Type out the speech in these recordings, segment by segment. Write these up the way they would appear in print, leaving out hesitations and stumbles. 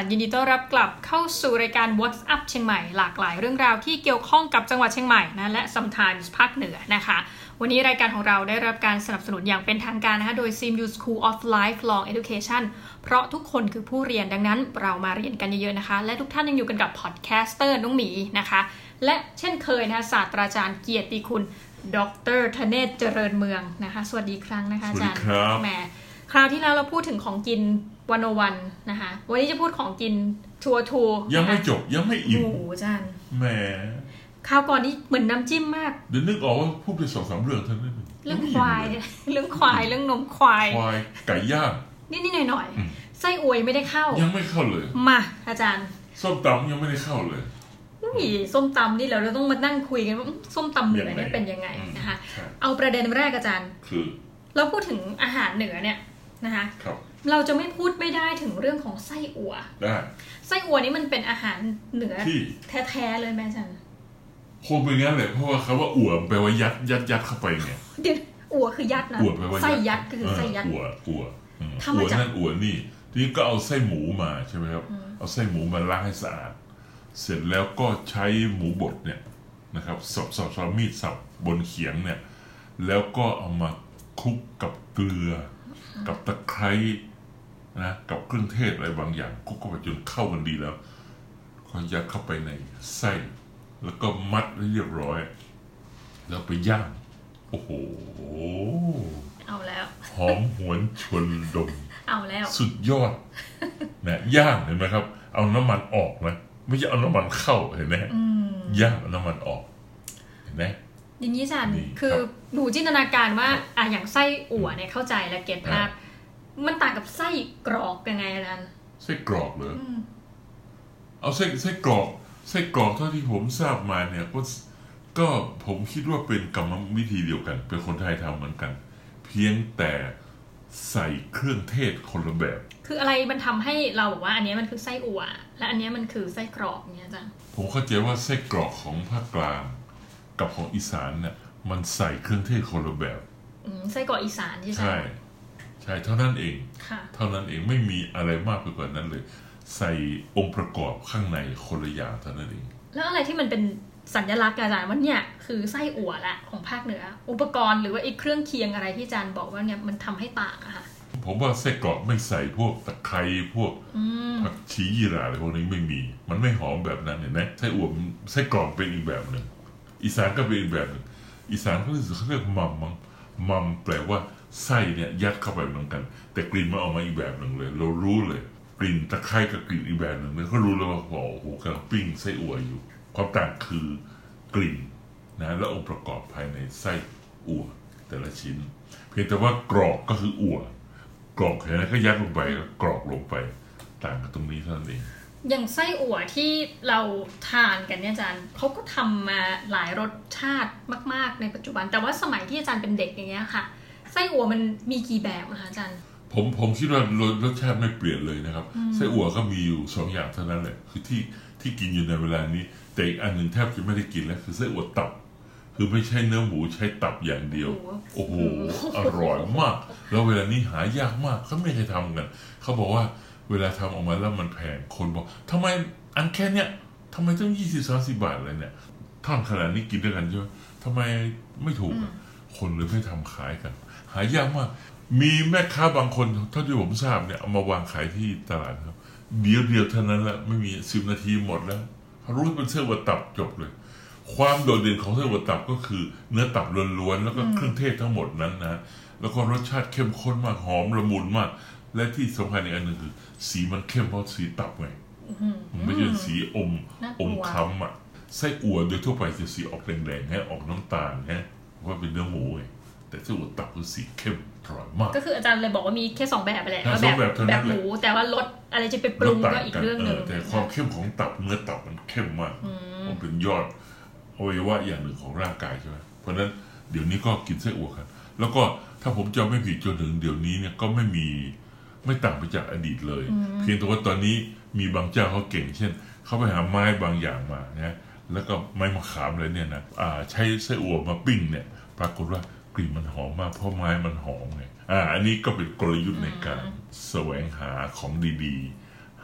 ยินดีต้อนรับกลับเข้าสู่รายการ What's Up เชียงใหม่หลากหลายเรื่องราวที่เกี่ยวข้องกับจังหวัดเชียงใหม่นะและ Sometimes ภาคเหนือนะคะวันนี้รายการของเราได้รับการสนับสนุนอย่างเป็นทางการนะคะโดย CMU School of Lifelong Education เพราะทุกคนคือผู้เรียนดังนั้นเรามาเรียนกันเยอะๆนะคะและทุกท่านยังอยู่กันกับพอดแคสเตอร์น้องหมีนะคะและเช่นเคยนะคะศาสตราจารย์เกียรติคุณดร.ธเนศเจริญเมืองนะคะสวัสดีครั้งนะคะอาจารย์แหมคราวที่แล้วเราพูดถึงของกิน101นะคะวันนี้จะพูดของกินทัวร์ยังไม่จบยังไม่อิ่มโอ้อาจารย์แหมคราวก่อนนี้เหมือนน้ำจิ้มมากเดี๋ยวนึกออกว่าพูดไป 2-3 เรื่องเท่านั้นเรื่องควายเรื่องนมควายไก่ย่างนิดๆหน่อยๆไส้อวยไม่ได้เข้ายังไม่เข้าเลยมาอาจารย์ส้มตำยังไม่ได้เข้าเลยส้มตำนี่เราต้องมานั่งคุยกันว่าส้มตำเหนือเนี่ยเป็นยังไงนะคะเอาประเด็นแรกอาจารย์คือเราพูดถึงอาหารเหนือเนี่ยนะคะเราจะไม่พูดไม่ได้ถึงเรื่องของไส้อั่วได้ไส้อั่วนี่มันเป็นอาหารเหนือแท้ๆเลยแม่จันคงเป็นงั้นแหละเพราะว่าคำว่าอั่วแปลว่ายัดเข้าไปไงเดี๋ยวอั่วคือยัดนะไส้ยัดคือไส้ยัดอั่วนั่นอั่วนี่ทีนี้ก็เอาไส้หมูมาใช่ไหมครับเอาไส้หมูมาล้างให้สะอาดเสร็จแล้วก็ใช้หมูบดเนี่ยนะครับสับมีดสับบนเขียงเนี่ยแล้วก็เอามาคลุกกับเกลือกับตะไคร้นะกับเครื่องเทศอะไรบางอย่างคลุกเข้าไปจนเข้ากันดีแล้วก็ยัดเข้าไปในไส้แล้วก็มัดให้เรียบร้อยแล้วไปย่างโอ้โหเอาแล้วหอมหวนชวนดมเอาแล้วสุดยอดนะย่างเห็นไหมครับเอาน้ำมันออกนะไม่ใช่เอาน้ำมันเข้าเห็นไหมย่างเอาน้ำมันออกเห็นไหมอย่างนี้จันคือหนูจินตนาการว่าอย่างไส้อั่วเนี่ยเข้าใจและเก็ตภาพมันต่างกับไส้กรอกยังไงอาจารย์ไส้กรอกเหรอเอาไส้กรอกเท่าที่ผมทราบมาเนี่ยก็ผมคิดว่าเป็นกรรมวิธีเดียวกันเป็นคนไทยทำเหมือนกันเพียงแต่ใส่เครื่องเทศคนละแบบคืออะไรมันทำให้เราบอกว่าอันนี้มันคือไส้อั่วและอันนี้มันคือไส้กรอกเนี่ยจ้ะผมเข้าใจว่าไส้กรอกของภาคกลางกับของอีสานเนี่ยมันใส่เครื่องเทศคนละแบบไส้กรอกอีสานใช่เท่านั้นเองไม่มีอะไรมากไปกว่านั้นเลยใส่องค์ประกอบข้างในคนละอย่างเท่านั้นเองแล้วอะไรที่มันเป็นสัญลักษณ์อาจารย์ว่าเนี่ยคือไส้อั่วละของภาคเหนืออุปกรณ์หรือว่าไอ้เครื่องเคียงอะไรที่อาจารย์บอกว่าเนี่ยมันทำให้ต่างอะค่ะผมว่าไส้กรอกไม่ใส่พวกตะไคร้พวกผักชียี่หร่าอะไรพวกนี้ไม่มีมันไม่หอมแบบนั้นเห็นไหมไส้อั่วไส้กรอกเป็นอีกแบบหนึ่งอีสานก็เป็นอีกแบบหนึ่งอีสานเขาเรียกมัมแปลว่าไส้เนี่ยยัดเข้าไปเหมือนกันแต่กลิ่นมันออกมาอีกแบบหนึ่งเลยเรารู้เลยกลิ่นตะไคร้กับกลิ่นอีกแบบหนึ่งเขารู้เลยว่าโอ้โหกำลังปิ้งไส้อั่วอยู่ความต่างคือกลิ่นนะและองค์ประกอบภายในไส้อั่วแต่ละชิ้นเพียงแต่ว่ากรอกก็คืออั่วกรอกแค่นั้นก็ยัดลงไปกรอกลงไปต่างกันตรงนี้เท่านั้นเองอย่างไส้อั่วที่เราทานกันเนี่ยอาจารย์เขาก็ทำมาหลายรสชาติมากๆในปัจจุบันแต่ว่าสมัยที่อาจารย์เป็นเด็กอย่างเงี้ยค่ะไส้อั่วมันมีกี่แบบนะคะอาจารย์ผมคิดว่ารสชาติไม่เปลี่ยนเลยนะครับไส้อั่วก็มีอยู่2อย่างเท่านั้นแหละคือที่กินอยู่ในเวลานี้แต่อีกอันหนึ่งแทบจะไม่ได้กินแล้วคือไส้อั่วตับคือไม่ใช่เนื้อหมูใช้ตับอย่างเดียวโอ้โหอร่อยมากแล้วเวลานี้หายากมากเขาไม่เคยทำกันเขาบอกว่าเวลาทำออกมาแล้วมันแพงคนบอกทำไมอันแค่เนี้ยทำไมต้อง20-30 บาทเลยเนี่ยท่อนขนาดนี้กินด้วยกันใช่ไหมทำไมไม่ถูกคนเลยไม่ทำขายกันหายากมากมีแม่ค้าบางคนเท่าที่ผมทราบเนี่ยเอามาวางขายที่ตลาดครับเดียวเท่านั้นแหละไม่มี10 นาทีหมดแล้วรู้เป็นไส้อั่วตับจบเลยความโดดเด่นของไส้อั่วตับก็คือเนื้อตับล้วนๆแล้วก็เครื่องเทศทั้งหมดนั้นนะแล้วก็รสชาติเข้มข้นมากหอมละมุนมากและที่สำคัญอีกอันนึงคือสีมันเข้มเพราะสีตับไงมันไม่ใช่สีอมคล้ำอ่ะไส้อั่วโดยทั่วไปจะสีออกแดงๆให้ออกน้ำตาลฮะว่าเป็นเนื้อหมูไงแต่ไส้อั่วตับคือสีเข้มอร่อยมากก็คืออาจารย์เลยบอกว่ามีแค่2แบบไปแหละแบบหมูแต่ว่ารสอะไรจะไปปรุงก็อีกเรื่องนึงแต่ความเข้มของตับเนื้อตับมันเข้มมากมันเป็นยอดอวัยวะอย่างหนึ่งของร่างกายใช่ไหมเพราะนั้นเดี๋ยวนี้ก็กินไส้อั่วกันแล้วก็ถ้าผมจำไม่ผิดจนถึงเดี๋ยวนี้เนี่ยก็ไม่ต่างไปจากอดีตเลยเพียงแต่ว่าตอนนี้มีบางเจ้าเขาเก่งเช่นเขาไปหาไม้บางอย่างมานะแล้วก็ไม้มะขามอะไรเนี่ยนะใช้ไส้อั่วมาปิ้งเนี่ยปรากฏว่ากลิ่นมันหอมมากเพราะไม้มันหอมไงอันนี้ก็เป็นกลยุทธ์ในการแสวงหาของดีๆ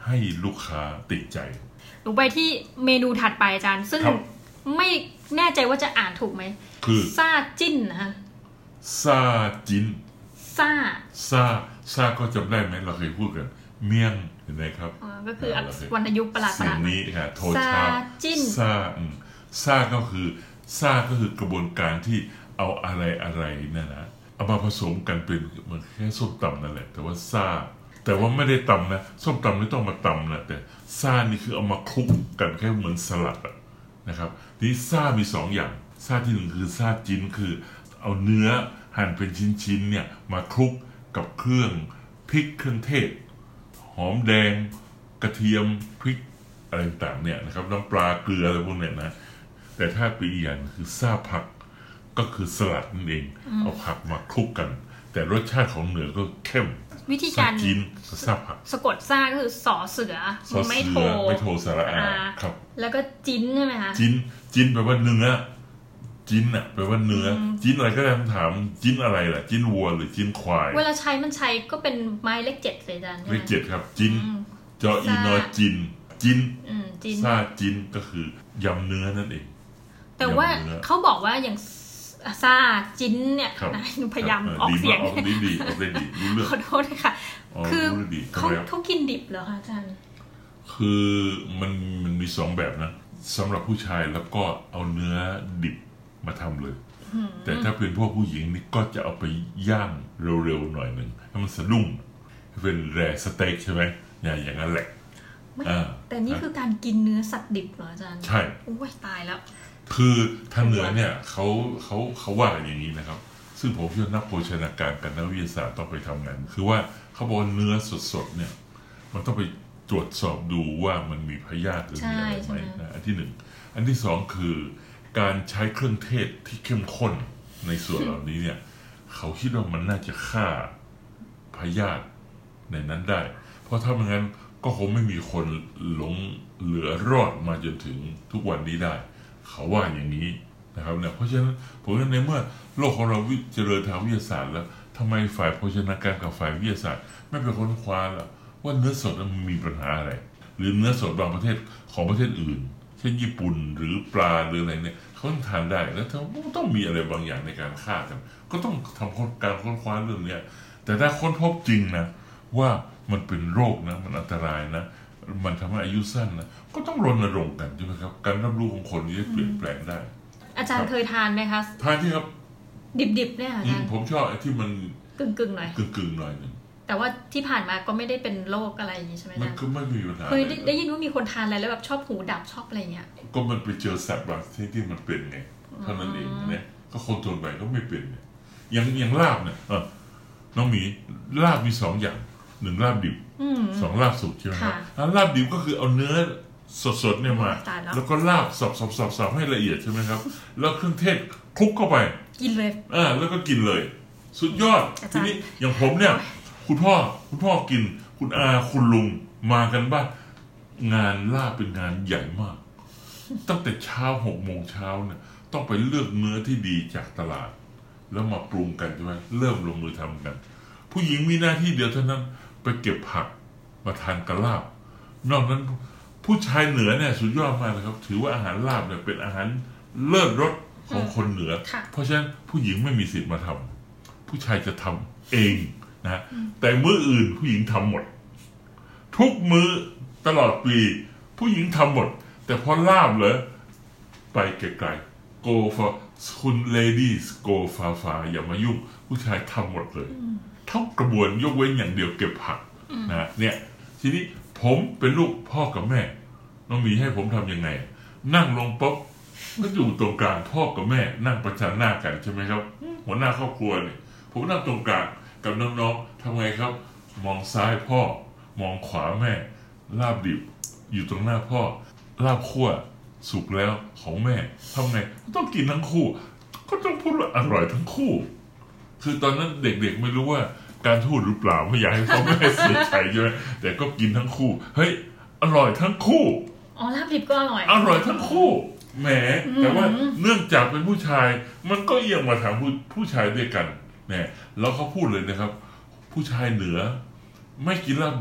ให้ลูกค้าติดใจหนูไปที่เมนูถัดไปอาจารย์ซึ่งไม่แน่ใจว่าจะอ่านถูกไหมคือซาจิ้นนะคะซาจิ้นซาก็จำได้ไหมเราเคยพูดกันเมี่ยงเห็นไหมครับก็คือวรรณยุกต์ประหลาดสิ่งนี้ค่ะโทชาจิ้นซาก็คือกระบวนการที่เอาอะไรนั่นนะเอามาผสมกันเป็นมันแค่ส้มตำนั่นแหละแต่ว่าแต่ว่าไม่ได้ตำนะส้มตำไม่ต้องมาตำนะแต่นี่คือเอามาคลุกกันแค่เหมือนสลัดนะครับนี่มี2อย่างที่หนึ่งคือจิ้นคือเอาเนื้อหั่นเป็นชิ้นๆเนี่ยมาคลุกกับเครื่องพริกเครื่องเทศหอมแดงกระเทียมพริกอะไรต่างเนี่ยนะครับน้ำปลาเกลืออะไรพวกเนี้ยนะแต่ถ้าเป็นอีกอย่างคือผักก็คือสลัดนั่นเองเอาผักมาคลุกกันแต่รสชาติของเนื้อก็เข้มวิธีการจิ้นผักสะกดก็คือสอเสือไม่โทสระอาครับแล้วก็จิ้นใช่ไหมคะจิ้นแปลว่าเนื้อจิ้นแปลว่าเนื้อจิ้นอะไรก็ได้ถามจิ้นอะไรล่ะจิ้นวัวหรือจิ้นควายเวลาใช้ก็เป็นไม้เลข 7เลยอาจารย์เลข 7ครับจิ้นจออีนอจิ้นจิ้นก็คือยำเนื้อนั่นเองแต่ว่าเขาบอกว่าอย่างจิ้นเนี่ยนะหนูพยายามออกเสียงดีรู้เรื่องขอโทษค่ะคือเขากินดิบเหรอคะอาจารย์คือมันมี2แบบนะสำหรับผู้ชายแล้วก็เอาเนื้อดิบมาทำเลยแต่ถ้าเป็นพวกผู้หญิงนี่ก็จะเอาไปย่างเร็วๆหน่อยหนึ่งให้มันสะดุ้งเป็นแรสเต็กใช่ไหมอย่างนั้นแหละแต่นี่คือการกินเนื้อสัตว์ดิบเหรออาจารย์ใช่โอ้ยตายแล้วคือทางเหนือเนี่ยเขาว่าอย่างนี้นะครับซึ่งผมเชื่อนักโภชนาการกับนักวิทยาศาสตร์ต้องไปทำงานคือว่าเขาบอกเนื้อสดๆเนี่ยมันต้องไปตรวจสอบดูว่ามันมีพยาธิหรือมีอะไรไหมนะอันที่1อันที่2คือการใช้เครื่องเทศที่เข้มข้นในส่วนเหล่านี้เนี่ยเขาคิดว่ามันน่าจะฆ่าพยาธิในนั้นได้เพราะถ้าไม่งั้นก็คงไม่มีคนหลงเหลือรอดมาจนถึงทุกวันนี้ได้เขาว่าอย่างนี้นะครับเนี่ยเพราะฉะนั้นผมว่าในเมื่อโลกของเราเจริญทางวิทยาศาสตร์แล้วทำไมฝ่ายโภชนาการกับฝ่ายวิทยาศาสตร์ไม่ไปค้นคว้าล่ะว่าเนื้อสดมันมีปัญหาอะไรหรือเนื้อสดบางประเทศของประเทศอื่นเช่นญี่ปุ่นหรือปลาหรืออะไรเนี่ยเขาทานได้แล้วต้องมีอะไรบางอย่างในการฆ่ากันก็ต้องทำการค้นคว้าเรื่องนี้แต่ถ้าค้นพบจริงนะว่ามันเป็นโรคนะมันอันตรายนะมันทำให้อายุสั้นนะก็ต้องรณรงค์กันใช่ไหมครับการรับรู้ของคนนี้จะเปลี่ยนแปลงได้อาจารย์เคยทานไหมคะทานที่ครับดิบๆเนี่ยอาจารย์ผมชอบไอ้ที่มันกึ่งหน่อยหน่อยนึงแต่ว่าที่ผ่านมาก็ไม่ได้เป็นโรคอะไรอย่างนี้ใช่ไหมมันก็ไม่มีปัญหาเคยได้ยินว่ามีคนทานอะไรแล้วแบบชอบหูดับชอบอะไรเงี้ยก็มันไปเจอสัตว์บางที่มันเป็นไงเท่านั้นเองเนี่ยก็คนส่วนใหญ่ก็ไม่เป็นอย่างลาบเนี่ยน้องหมีลาบมี2อย่าง1ลาบดิบ2ลาบสุกใช่ไหมครับลาบดิบก็คือเอาเนื้อสดๆเนี่ยมาแล้วก็ลาบสับให้ละเอียดใช่ไหมครับแล้วเครื่องเทศคลุกเข้าไปกินเลยแล้วก็กินเลยสุดยอดทีนี้อย่างผมเนี่ยคุณพ่อกินคุณอาคุณลุงมากันบ้านงานลาบเป็นงานใหญ่มากตั้งแต่เช้า6 โมงเช้าเนี่ยต้องไปเลือกเนื้อที่ดีจากตลาดแล้วมาปรุงกันใช่ไหมเริ่มลงมือทำกันผู้หญิงมีหน้าที่เดียวเท่านั้นไปเก็บผักมาทานกับลาบนอกนั้นผู้ชายเหนือเนี่ยสุดยอดมากเลยครับถือว่าอาหารลาบเนี่ยเป็นอาหารเลิศรสของคนเหนือเพราะฉะนั้นผู้หญิงไม่มีสิทธิ์มาทำผู้ชายจะทำเองนะแต่มื้ออื่นผู้หญิงทำหมดทุกมื้อตลอดปีผู้หญิงทำหมดแต่พอลาบเลยไปไกลๆ go for คุณ ladies go far อย่ามายุ่งผู้ชายทำหมดเลยทั้งกระบวนยกเว้นอย่างเดียวเก็บผักนะเนี่ยทีนี้ผมเป็นลูกพ่อกับแม่น้องมีให้ผมทำยังไงนั่งลงปุ๊บก็อยู่ตรงกลางพ่อกับแม่นั่งประชันหน้ากันใช่ไหมครับหัวหน้าครอบครัวเนี่ยผมนั่งตรงกลางกับน้องๆทำไงครับมองซ้ายพ่อมองขวาแม่ลาบดิบอยู่ตรงหน้าพ่อลาบคั่วสุกแล้วของแม่ทำไงต้องกินทั้งคู่ก็ต้องพูดว่าอร่อยทั้งคู่คือตอนนั้นเด็กๆไม่รู้ว่าการทูตหรือเปล่าไม่อยากให้พ่อแม่เสียใจใช่ไหมแต่ก็กินทั้งคู่เฮ้ยอร่อยทั้งคู่ลาบดิบก็อร่อยทั้งคู่แหมแต่ว่าเนื่องจากเป็นผู้ชายมันก็เอียงมาทางผู้ชายด้วยกันเนี่ยแล้วเขาพูดเลยนะครับผู้ชายเหนือไม่กินลาบดิบ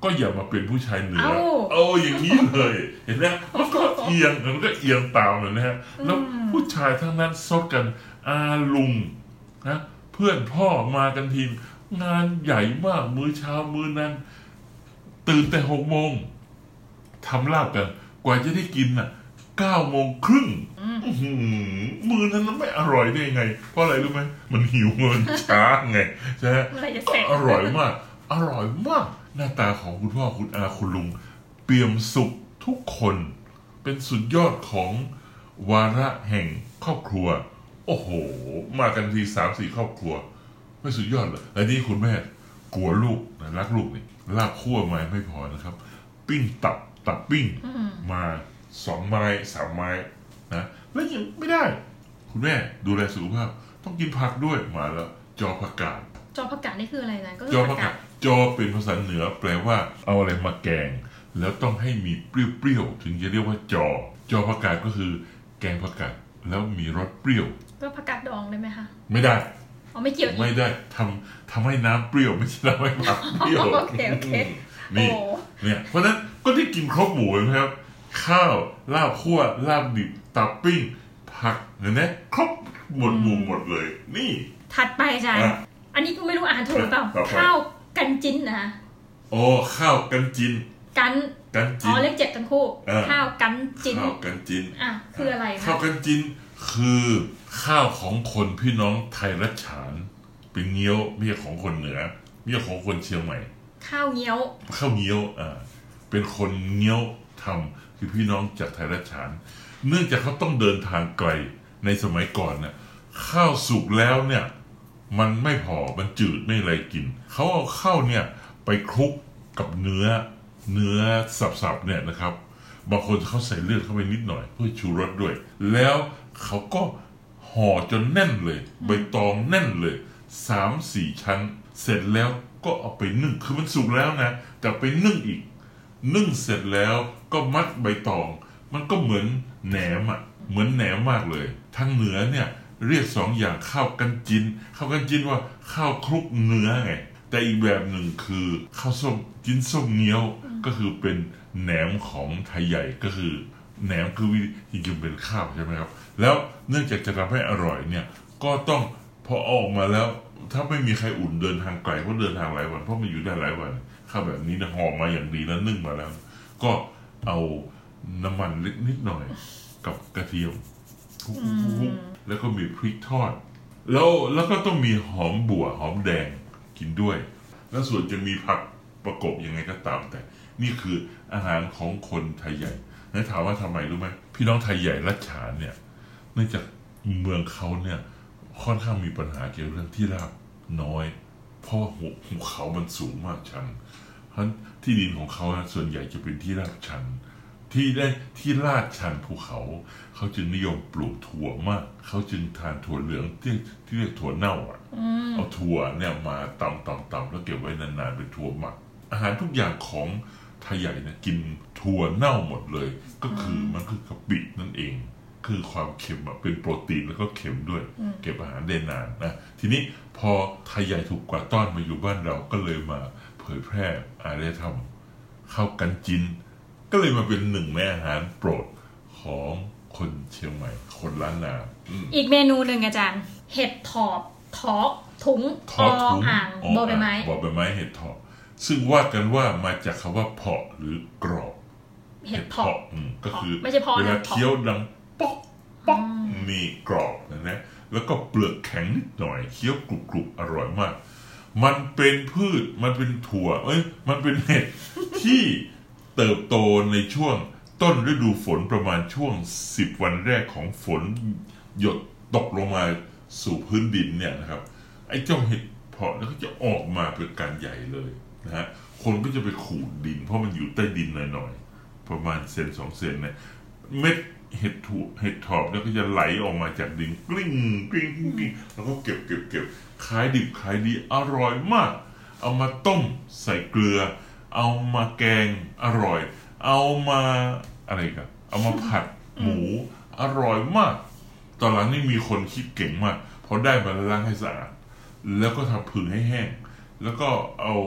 ก็อย่ามาเป็นผู้ชายเหนือเอาอย่างนี้เลยเห็นไหมมันก็เอียงตามเลยนะฮะแล้วผู้ชายทั้งนั้นซดกันอาลุงนะเพื่อนพ่อมากันทีงานใหญ่มากมื้อเช้ามื้อนั้นตื่นแต่6 โมงทำลาบกันกว่าจะได้กินน่ะ9 โมงครึ่งมื้อนั้นไม่อร่อยได้ไงเพราะอะไรรู้ไหมมันหิวเงินช้าไงใช่ไหมอร่อยมากหน้าตาของคุณพ่อคุณอาคุณลุงเปี่ยมสุขทุกคนเป็นสุดยอดของวาระแห่งครอบครัวโอ้โหมากันที 3-4 ครอบครัวไม่สุดยอดเลยและนี่คุณแม่กลัวลูกนะรักลูกนี่ลาบคั่วมาไม่พอนะครับปิ้งตับปิ้งมา2 ไม้ 3 ไม้นะแล้วยังไม่ได้คุณแม่ดูแลสุขภาพต้องกินผักด้วยมาแล้วจอผักกาดนี่คืออะไรนะก็จอผักกาดจอเป็นภาษาเหนือแปลว่าเอาอะไรมาแกงแล้วต้องให้มีเปรี้ยวถึงจะเรียกว่าจอผักกาดก็คือแกงผักกาดแล้วมีรสเปรี้ยวก็ผักกาดดองได้ไหมคะไม่ได้ไม่เกี่ยวไม่ได้ทำให้น้ำเปรี้ยวไม่ใช่ทำให้ผักเปรี้ยวโอเคนี่เนี่ยเพราะนั้นก็ได้กินครบหมู่นะครับข้าวลาบคั่วลาบดิบตับปิ้งผักเห็นไหมครบหมดหมู่หมดเลยนี่ถัดไปจ้ะอันนี้ก็ไม่รู้อ่านถูกหรือเปล่าข้าวกันจิ้นนะโอ้ข้าวกันจิ้นกันจิ้นเลข7ทั้งคู่ข้าวกันจิ้นคืออะไรข้าวกันจิ้นคือข้าวของคนพี่น้องไทยรัชฉานเป็นเงี้ยวไม่ใช่ของคนเหนือไม่ใช่ของคนเชียงใหม่ข้าวเงี้ยวเป็นคนเงี้ยวทำคือพี่น้องจากไทยรัชฉานเนื่องจากเขาต้องเดินทางไกลในสมัยก่อนนะข้าวสุกแล้วเนี่ยมันไม่พอมันจืดไม่อะไรกินเขาเอาข้าวเนี่ยไปคลุกกับเนื้อสับๆเนี่ยนะครับบางคนเขาใส่เลือดเข้าไปนิดหน่อยเพื่อชูรสด้วยแล้วเขาก็ห่อจนแน่นเลยใบตองแน่นเลย 3-4 ชั้นเสร็จแล้วก็เอาไปนึ่งคือมันสุกแล้วนะแต่ไปนึ่งอีกนึ่งเสร็จแล้วก็มัดใบตองมันก็เหมือนแหนมเหมือนแหนมมากเลยทางเหนือเนี่ยเรียก2 อย่างข้าวกันจิ้นว่าข้าวคลุกเนื้อไงแต่อีกแบบหนึ่งคือข้าวส้มจิ้นส้มเงี้ยวก็คือเป็นแหนมของไทยใหญ่ก็คือแหนมคือจริงๆเป็นข้าวใช่ไหมครับแล้วเนื่องจากจะทำให้อร่อยเนี่ยก็ต้องพอออกมาแล้วถ้าไม่มีใครอุ่นเดินทางไกลเพราะเดินทางหลายวันเพราะมันอยู่ได้หลายวันข้าวแบบนี้เนี่ยห่อมาอย่างดีแล้วนึ่งมาแล้วก็เอาน้ำมันเล็กนิดหน่อยกับกระเทียมแล้วก็มีพริกทอดแล้วก็ต้องมีหอมบัวหอมแดงกินด้วยแล้วส่วนจะมีผักประกบยังไงก็ตามแต่นี่คืออาหารของคนไทยใหญ่แล้วถามว่าทำไมรู้ไหมพี่น้องไทยใหญ่รัชฉานเนี่ยเนื่องจากเมืองเขาเนี่ยค่อนข้างมีปัญหาเกี่ยวกับเรื่องที่ราบน้อยเพราะภูเขามันสูงมากชันเพราะที่ดินของเขาส่วนใหญ่จะเป็นที่ราบชันที่ลาดชันภูเขาจึงนิยมปลูกถั่วมากเขาจึงทานถั่วเหลืองที่เรียกถั่วเน่าเอาถั่วเนี่ยมาตำแล้วเก็บไว้นานๆเป็นถั่วหมักอาหารทุกอย่างของไทยใหญ่นะกินถั่วเน่าหมดเลยก็คือมันคือกะปินั่นเองคือความเค็มเป็นโปรตีนแล้วก็เค็มด้วยเก็บอาหารได้นานนะทีนี้พอไทยใหญ่ถูกกวาดต้อนมาอยู่บ้านเราก็เลยมาเผยแพร่อารยธรรมข้าวกันจิ้นก็เลยมาเป็น1 ในอาหารโปรดของคนเชียงใหม่คนล้านนาอีกเมนูหนึ่งอาจารย์เห็ดถอบถุงอ่างบอใบไม้เห็ดถอบซึ่งว่ากันว่ามาจากคำว่าเพาะหรือกรอบเห็ดเพาะก็คือไม่ใช่เพาะเวลาเคี้ยวดังป๊อกนี่กรอบนะแล้วก็เปลือกแข็งนิดหน่อยเคี้ยวกรุบอร่อยมากมันเป็นพืชมันเป็นถั่วมันเป็นเห็ดที่เติบโตในช่วงต้นฤดูฝนประมาณช่วง10 วันแรกของฝนหยดตกลงมาสู่พื้นดินเนี่ยนะครับไอ้เจ้าเห็ดเพาะแล้วก็จะออกมาเป็นการใหญ่เลยนะฮะคนก็จะไปขูดดินเพราะมันอยู่ใต้ดินหน่อยๆประมาณ1-2 เซนเนี่ยเม็ดเห็ดถอบแล้วก็จะไหลออกมาจากดินกลิ้งแล้วก็เก็บขายดิบขายดีอร่อยมากเอามาต้มใส่เกลือเอามาแกงอร่อยเอามาอะไรกันเอามาผัดหมูอร่อยมากตอนหลังนี่มีคนคิดเก่งมากพอได้มาล้างให้สะอาดแล้วก็ทำผึ่งให้แห้งแล้วก็เอา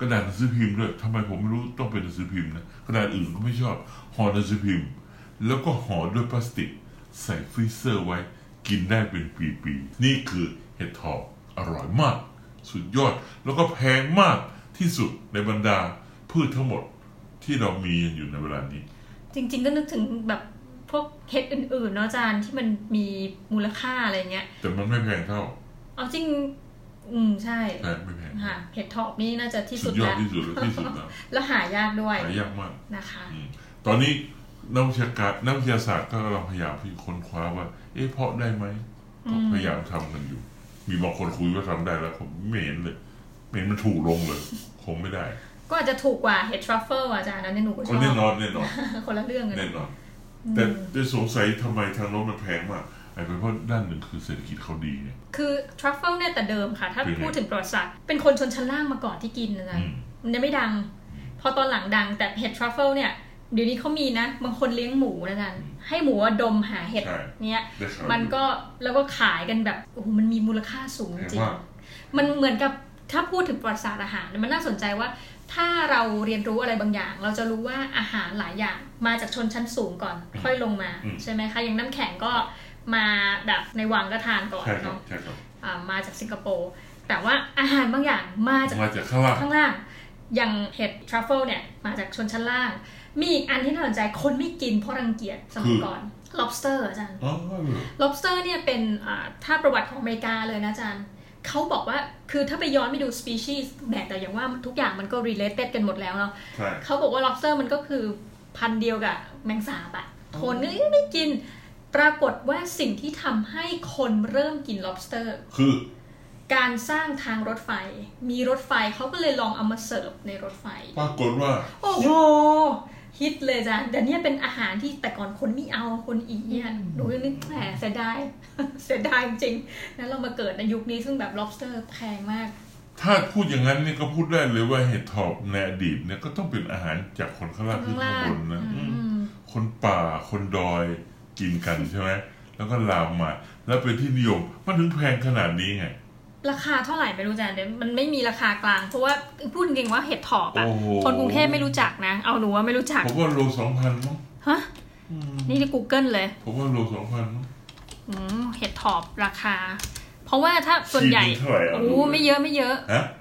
กระดาษหนังสือพิมพ์ด้วยทำไมผมไม่รู้ต้องเป็นหนังสือพิมพ์นะกระดาษอื่นก็ไม่ชอบห่อหนังสือพิมพ์แล้วก็ห่อด้วยพลาสติกใส่ฟรีเซอร์ไว้กินได้เป็นปีๆนี่คือเห็ดถอบอร่อยมากสุดยอดแล้วก็แพงมากที่สุดในบรรดาพืชทั้งหมดที่เรามีอยู่ในเวลานี้จริงๆก็นึกถึงแบบพวกเห็ดอื่นๆเนาะอาจารย์ที่มันมีมูลค่าอะไรเงี้ยแต่มันไม่แพงเท่าเอาจริงใช่ไม่แพงค่ะเห็ดถอบนี่น่าจะที่สุดแล้วที่สุดแล้วหายากด้วยหายากมากนะคะตอนนี้นักวิชาศาสตร์ก็กำลังพยายามที่ค้นคว้าว่าเพาะได้ไหมพยายามทำกันอยู่มีบางคนคุยว่าทำได้แล้วผมไม่เห็นเลยไม่เห็นมันถูกลงเลยคงไม่ได้ก็อาจจะถูกกว่าเห็ดทรัฟเฟิลอาจารย์นั้นหนูก็ชอบแน่นอนคนละเรื่องเลยแน่นอนแต่จะสงสัยทำไมทางโน้นมันแพงมากเป็นเพราะด้านหนึ่งคือเศรษฐกิจเขาดีเนี่ยคือทรัฟเฟิลเนี่ยแต่เดิมค่ะถ้าพูดถึงประวัติศาสตร์เป็นคนชนชั้นล่างมาก่อนที่กินนะมันยังไม่ดังพอตอนหลังดังแต่เห็ดทรัฟเฟิลเนี่ยเดี๋ยวนี้เขามีนะบางคนเลี้ยงหมูนะจ๊ะให้หมูดมหาเห็ดเนี่ยมันก็แล้วก็ขายกันแบบโอ้โหมันมีมูลค่าสูงจริงมันเหมือนกับถ้าพูดถึงประวัติศาสตร์อาหารมันน่าสนใจว่าถ้าเราเรียนรู้อะไรบางอย่างเราจะรู้ว่าอาหารหลายอย่างมาจากชนชั้นสูงก่อนค่อยลงมาใช่ไหมคะอย่างน้ำแข็งก็มาแบบในวังก็ทานก่อนเนาะมาจากสิงคโปร์แต่ว่าอาหารบางอย่างมาจากข้างล่างอย่างเห็ดทรัฟเฟิลเนี่ยมาจากชนชั้นล่างมีอีกอันที่น่าสนใจคนไม่กินเพราะรังเกียจสมัยก่อน lobster อาจารย์ lobster เนี่ยเป็นถ้าประวัติของอเมริกาเลยนะอาจารย์เขาบอกว่าคือถ้าไปย้อนไปดู species แต่อย่างว่าทุกอย่างมันก็ related กันหมดแล้วเนาะเขาบอกว่า lobster มันก็คือพันธุ์เดียวกับแมงสาบอะคนก็ไม่กินปรากฏว่าสิ่งที่ทำให้คนเริ่มกิน lobster คือการสร้างทางรถไฟมีรถไฟเขาก็เลยลองเอามาเสิร์ฟในรถไฟปรากฏว่าโอ้โหฮิตเลยจ้ะแต่เนี่ยเป็นอาหารที่แต่ก่อนคนไม่เอาคนอีเนี่ยหนูนึกแหมเสียดายจริงๆแล้วเรามาเกิดในยุคนี้ซึ่งแบบ lobster แพงมากถ้าพูดอย่างนั้นเนี่ยก็พูดได้เลยว่าเห็ดถอบในอดีตเนี่ยก็ต้องเป็นอาหารจากคนข้างล่างขึ้นข้างบนนะคนป่าคนดอยกินกันใช่ไหมแล้วก็ลามมาแล้วเป็นที่นิยมมันถึงแพงขนาดนี้ไงราคาเท่าไหร่ไม่รู้จักเดี๋ยวมันไม่มีราคากลางเพราะว่าพูดจริงๆว่าเห็ดถอบอะคนกรุงเทพไม่รู้จักนะเอาหนูว่าไม่รู้จักผมว่าโล 2,000 มั้งฮะนี่ใน Google เลยผมว่าโล 2,000 มั้งเห็ดถอบราคาเพราะว่าถ้าส่วนใหญ่โอ้ไม่เยอะฮะ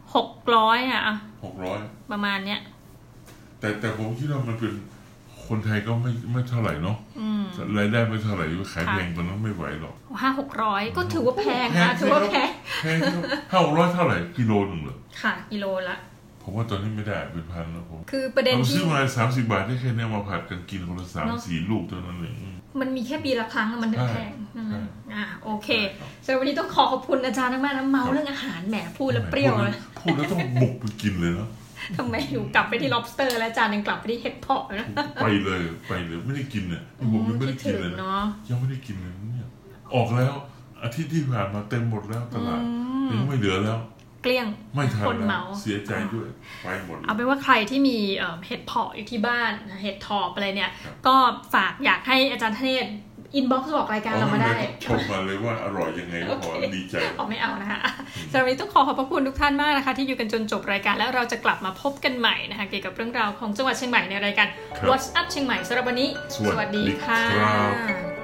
600อ่ะ 600 ประมาณเนี้ยแต่ผมคิดว่ามันเป็นคนไทยก็ไม่เท่าไหร่เนาะรายได้ไม่เท่าไหร่ขายแพงกว่านั้นไม่ไหวหรอก 500-600ก็ถือว่าแพงนะถือว่าแพง 500เท่าไหร่กิโลนึงเหรอค่ะกิโลละผมว่าตอนนี้ไม่ได้เป็นพันแล้วผมคือประเด็นที่ซื้อมา30 บาทได้แค่นี้มาผัดกันกินคนละ 3-4 ลูกเท่านั้นเองมันมีแค่ปีละครั้งมันแพงโอเคสำหรับวันนี้ต้องขอบคุณอาจารย์มากๆนะเมาเรื่องอาหารแหมพูดแล้วเปรี้ยวเลยพูดแล้วต้องบุกไปกินเลยเนาะทำไมอยู่กลับไปที่ lobster แล้วจานยังกลับไปที่เห็ดเพาะนะไปเลยไม่ได้กินเนี่ยผมยังไม่ได้กินเลยยังไม่ได้กินเลยเนี่ยออกแล้วอาทิตย์ที่ผ่านมาเต็มหมดแล้วตลาดยังไม่เหลือแล้วเกลี้ยงไม่ทันแล้วเสียใจด้วยไปหมดเอาเป็นว่าใครที่มีเห็ดเพาะอยู่ที่บ้านเห็ดถอบอะไรเนี่ยก็ฝากอยากให้อาจารย์เทศอินบ็อกซ์บอกรายการเรามาได้ชมมาเลยว่าอร่อยยังไงก็ขอดีใจไม่เอานะคะสำหรับวันนี้ต้องขอบพระคุณทุกท่านมากนะคะที่อยู่กันจนจบรายการแล้วเราจะกลับมาพบกันใหม่นะคะเกี่ยวกับเรื่องราวของจังหวัดเชียงใหม่ในรายการ What's Up เชียงใหม่สำหรับวันนี้สวัสดีค่ะ